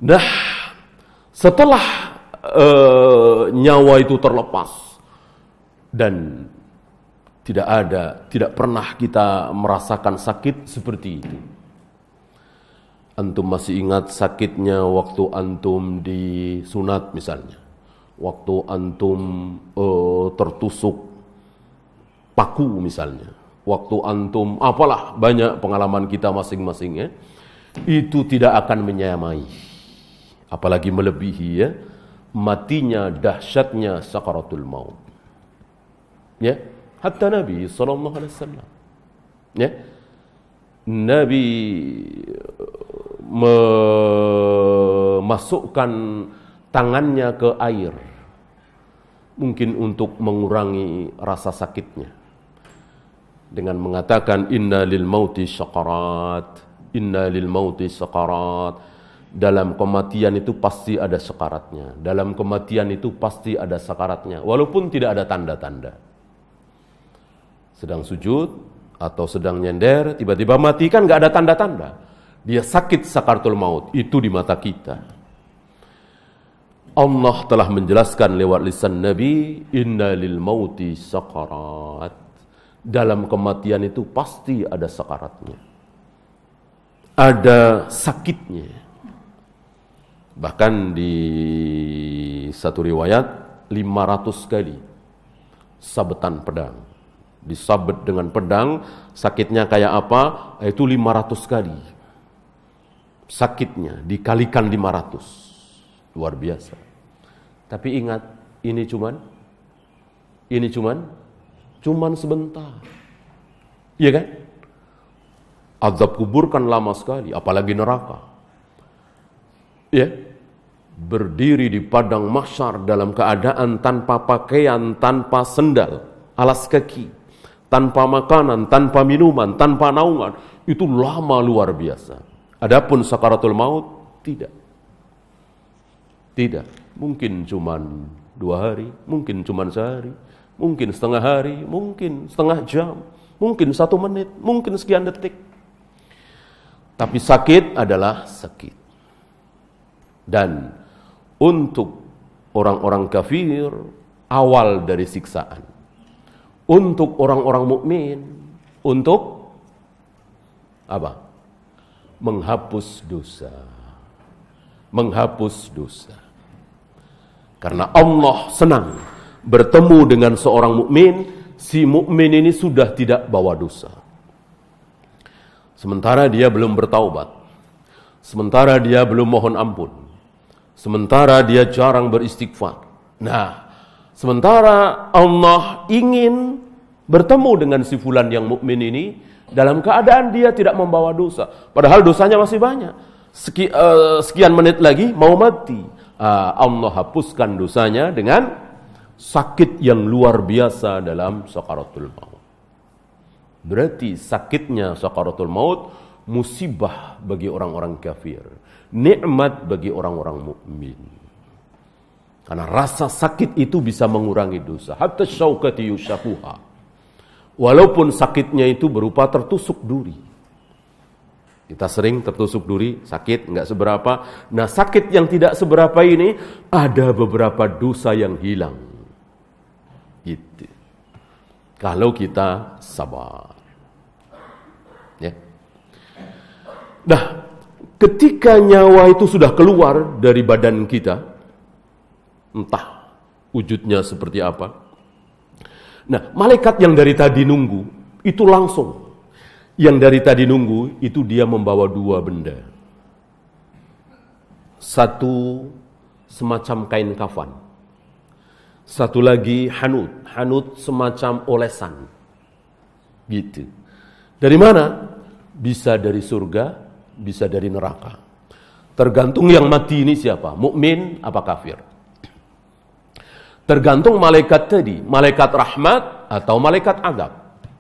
Nah, setelah nyawa itu terlepas dan tidak pernah kita merasakan sakit seperti itu. Antum masih ingat sakitnya waktu antum disunat misalnya, waktu antum tertusuk paku misalnya, waktu antum apalah, banyak pengalaman kita masing-masing ya. Itu tidak akan menyamai, apalagi melebihi ya, matinya, dahsyatnya sakaratul maut. Ya, hatta Nabi sallallahu alaihi wasallam ya, Nabi memasukkan tangannya ke air mungkin untuk mengurangi rasa sakitnya dengan mengatakan inna lil mauti sakarat, inna lil mauti sakarat. Dalam kematian itu pasti ada sekaratnya, dalam kematian itu pasti ada sakaratnya, walaupun tidak ada tanda-tanda. Sedang sujud atau sedang nyender, tiba-tiba mati, kan gak ada tanda-tanda. Dia sakit sakaratul maut, itu di mata kita. Allah telah menjelaskan lewat lisan Nabi, inna lil mauti sakarat. Dalam kematian itu pasti ada sakaratnya, ada sakitnya. Bahkan di satu riwayat 500 kali sabetan pedang. Disabet dengan pedang, sakitnya kayak apa? Itu 500 kali. Sakitnya dikalikan 500. Luar biasa. Tapi ingat, ini cuman sebentar. Iya kan? Azab kubur kan lama sekali, apalagi neraka. Ya, berdiri di padang mahsyar dalam keadaan tanpa pakaian, tanpa sendal, alas kaki, tanpa makanan, tanpa minuman, tanpa naungan, itu lama luar biasa. Adapun sakaratul maut tidak. Mungkin cuman 2 hari, mungkin cuman sehari, mungkin setengah hari, mungkin setengah jam, mungkin 1 menit, mungkin sekian detik. Tapi sakit adalah sakit. Dan untuk orang-orang kafir, awal dari siksaan. Untuk orang-orang mukmin, untuk apa? Menghapus dosa. Menghapus dosa. Karena Allah senang bertemu dengan seorang mukmin, si mukmin ini sudah tidak bawa dosa. Sementara dia belum bertaubat. Sementara dia belum mohon ampun. Sementara dia jarang beristighfar. Nah, sementara Allah ingin bertemu dengan si fulan yang mukmin ini dalam keadaan dia tidak membawa dosa, padahal dosanya masih banyak. Sekian menit lagi mau mati. Allah hapuskan dosanya dengan sakit yang luar biasa dalam sakaratul maut. Berarti sakitnya sakaratul maut musibah bagi orang-orang kafir, nikmat bagi orang-orang mukmin. Karena rasa sakit itu bisa mengurangi dosa. Hatta syaukati yushakuha. Walaupun sakitnya itu berupa tertusuk duri. Kita sering tertusuk duri, sakit, enggak seberapa. Nah, sakit yang tidak seberapa ini, ada beberapa dosa yang hilang. Gitu. Kalau kita sabar. Ya. Nah, ketika nyawa itu sudah keluar dari badan kita, entah wujudnya seperti apa. Nah, malaikat yang dari tadi nunggu, itu langsung. Yang dari tadi nunggu, itu dia membawa 2 benda. Satu, semacam kain kafan. Satu lagi, hanut. Hanut semacam olesan. Gitu. Dari mana? Bisa dari surga, bisa dari neraka. Tergantung yang mati ini siapa? Mukmin apa kafir? Tergantung malaikat tadi, malaikat rahmat atau malaikat azab.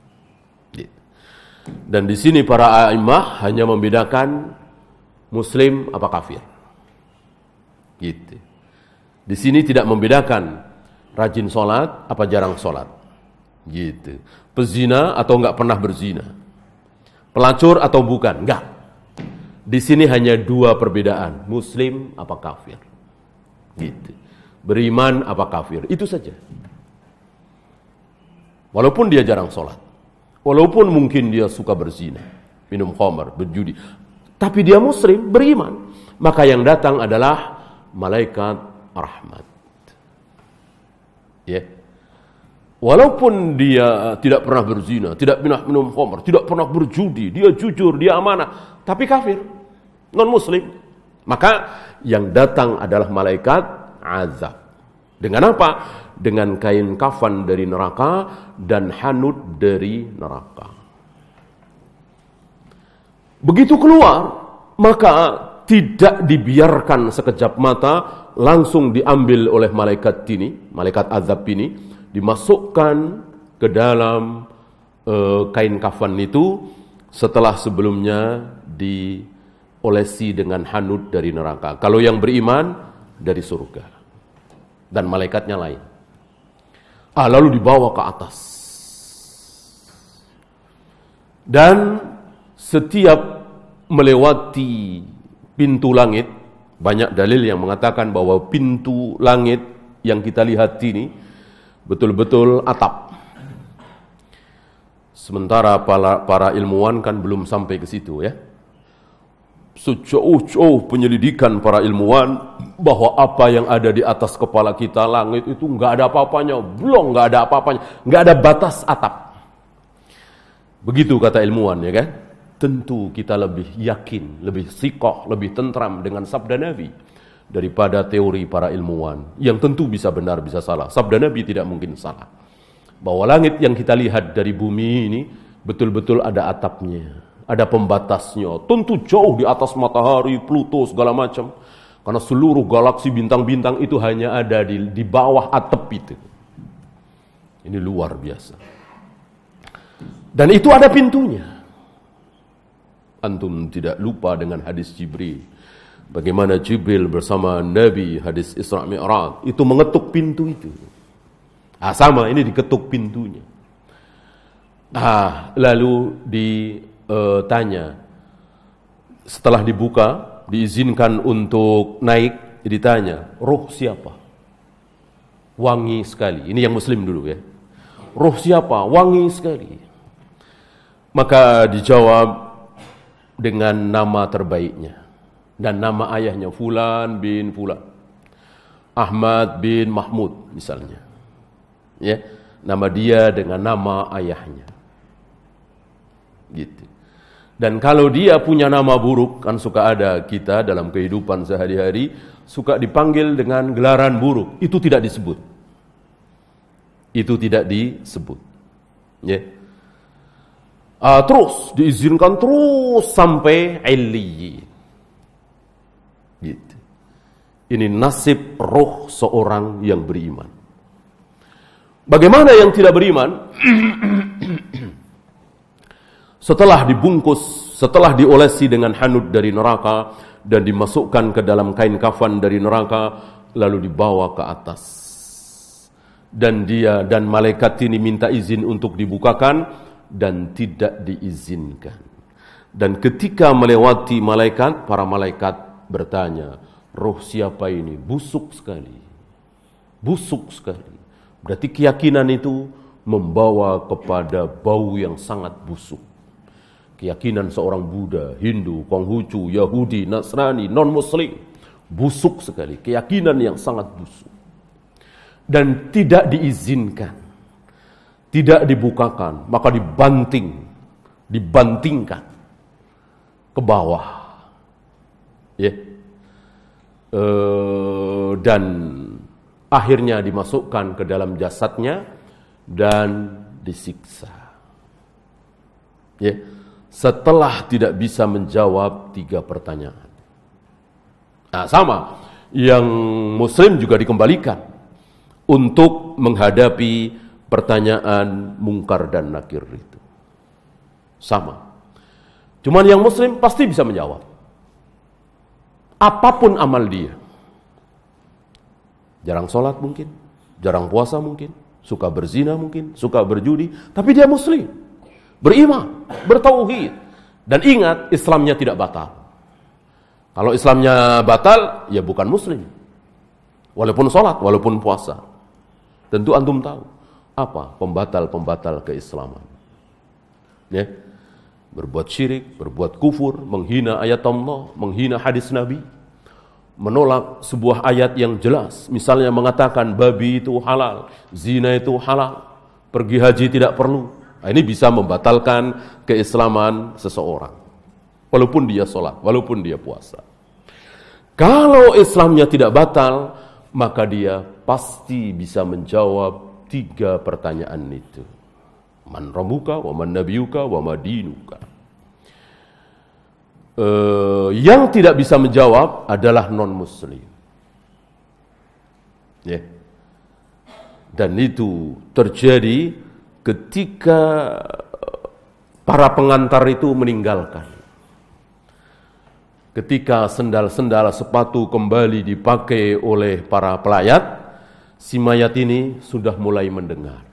Dan di sini para a'immah hanya membedakan muslim apa kafir. Gitu. Di sini tidak membedakan rajin sholat apa jarang sholat. Gitu. Pezina atau enggak pernah berzina. Pelacur atau bukan, enggak. Di sini hanya dua perbedaan, muslim apa kafir. Gitu. Beriman apa kafir, itu saja. Walaupun dia jarang sholat, walaupun mungkin dia suka berzina, minum khamar, berjudi, tapi dia muslim, beriman, maka yang datang adalah malaikat rahmat. Ya. Walaupun dia tidak pernah berzina, tidak pernah minum khamar, tidak pernah berjudi, dia jujur, dia amanah, tapi kafir, non muslim, maka yang datang adalah malaikat azab. Dengan apa? Dengan kain kafan dari neraka dan hanut dari neraka. Begitu keluar, maka tidak dibiarkan sekejap mata, langsung diambil oleh malaikat ini, malaikat azab ini, dimasukkan ke dalam kain kafan itu setelah sebelumnya diolesi dengan hanut dari neraka. Kalau yang beriman dari surga dan malaikatnya lain. Lalu dibawa ke atas. Dan setiap melewati pintu langit, banyak dalil yang mengatakan bahwa pintu langit yang kita lihat ini betul-betul atap. Sementara para ilmuwan kan belum sampai ke situ ya. Sejauh-jauh penyelidikan para ilmuwan bahwa apa yang ada di atas kepala kita, langit itu nggak ada apa-apanya, belum nggak ada apa-apanya, nggak ada batas atap. Begitu kata ilmuwan ya kan? Tentu kita lebih yakin, lebih sikoh, lebih tentram dengan sabda Nabi daripada teori para ilmuwan yang tentu bisa benar bisa salah. Sabda Nabi tidak mungkin salah. Bahwa langit yang kita lihat dari bumi ini betul-betul ada atapnya. Ada pembatasnya, tentu jauh di atas matahari, Pluto, segala macam. Karena seluruh galaksi bintang-bintang itu hanya ada di bawah atap itu. Ini luar biasa. Dan itu ada pintunya. Antum tidak lupa dengan hadis Jibril. Bagaimana Jibril bersama Nabi, hadis Isra Mi'raj, itu mengetuk pintu itu. Sama, ini diketuk pintunya. Lalu tanya, setelah dibuka, diizinkan untuk naik, ditanya, roh siapa? Wangi sekali. Ini yang muslim dulu ya. Roh siapa? Wangi sekali. Maka dijawab dengan nama terbaiknya. Dan nama ayahnya, Fulan bin Fulan. Ahmad bin Mahmud misalnya. Ya, nama dia dengan nama ayahnya. Gitu. Dan kalau dia punya nama buruk, kan suka ada kita dalam kehidupan sehari-hari, suka dipanggil dengan gelaran buruk. Itu tidak disebut. Itu tidak disebut. Ya. Terus, diizinkan terus sampai Illiyin. Gitu. Ini nasib roh seorang yang beriman. Bagaimana yang tidak beriman? Setelah dibungkus, setelah diolesi dengan hanut dari neraka dan dimasukkan ke dalam kain kafan dari neraka, lalu dibawa ke atas. Dan dia dan malaikat ini minta izin untuk dibukakan dan tidak diizinkan. Dan ketika melewati malaikat, para malaikat bertanya, roh siapa ini? Busuk sekali. Busuk sekali. Berarti keyakinan itu membawa kepada bau yang sangat busuk. Keyakinan seorang Buddha, Hindu, Konghucu, Yahudi, Nasrani, non-Muslim. Busuk sekali. Keyakinan yang sangat busuk. Dan tidak diizinkan. Tidak dibukakan. Maka dibantingkan ke bawah. Ya. Dan akhirnya dimasukkan ke dalam jasadnya dan disiksa. Ya. Setelah tidak bisa menjawab 3 pertanyaan. Sama, yang muslim juga dikembalikan untuk menghadapi pertanyaan mungkar dan nakir itu. Sama. Cuman yang muslim pasti bisa menjawab. Apapun amal dia. Jarang sholat mungkin, jarang puasa mungkin, suka berzina mungkin, suka berjudi, tapi dia muslim. Beriman, bertauhid. Dan ingat, Islamnya tidak batal. Kalau Islamnya batal, ya bukan muslim. Walaupun sholat, walaupun puasa. Tentu antum tahu apa pembatal-pembatal keislaman. Ya. Berbuat syirik, berbuat kufur, menghina ayat Allah, menghina hadis Nabi, menolak sebuah ayat yang jelas, misalnya mengatakan babi itu halal, zina itu halal, pergi haji tidak perlu. Nah, ini bisa membatalkan keislaman seseorang, walaupun dia sholat, walaupun dia puasa. Kalau Islamnya tidak batal, maka dia pasti bisa menjawab 3 pertanyaan itu. Man rabbuka wa man nabiyuka wa ma dinuka. Yang tidak bisa menjawab adalah non-muslim. Ya. Dan itu terjadi ketika para pengantar itu meninggalkan. Ketika sendal-sendal sepatu kembali dipakai oleh para pelayat, si mayat ini sudah mulai mendengar.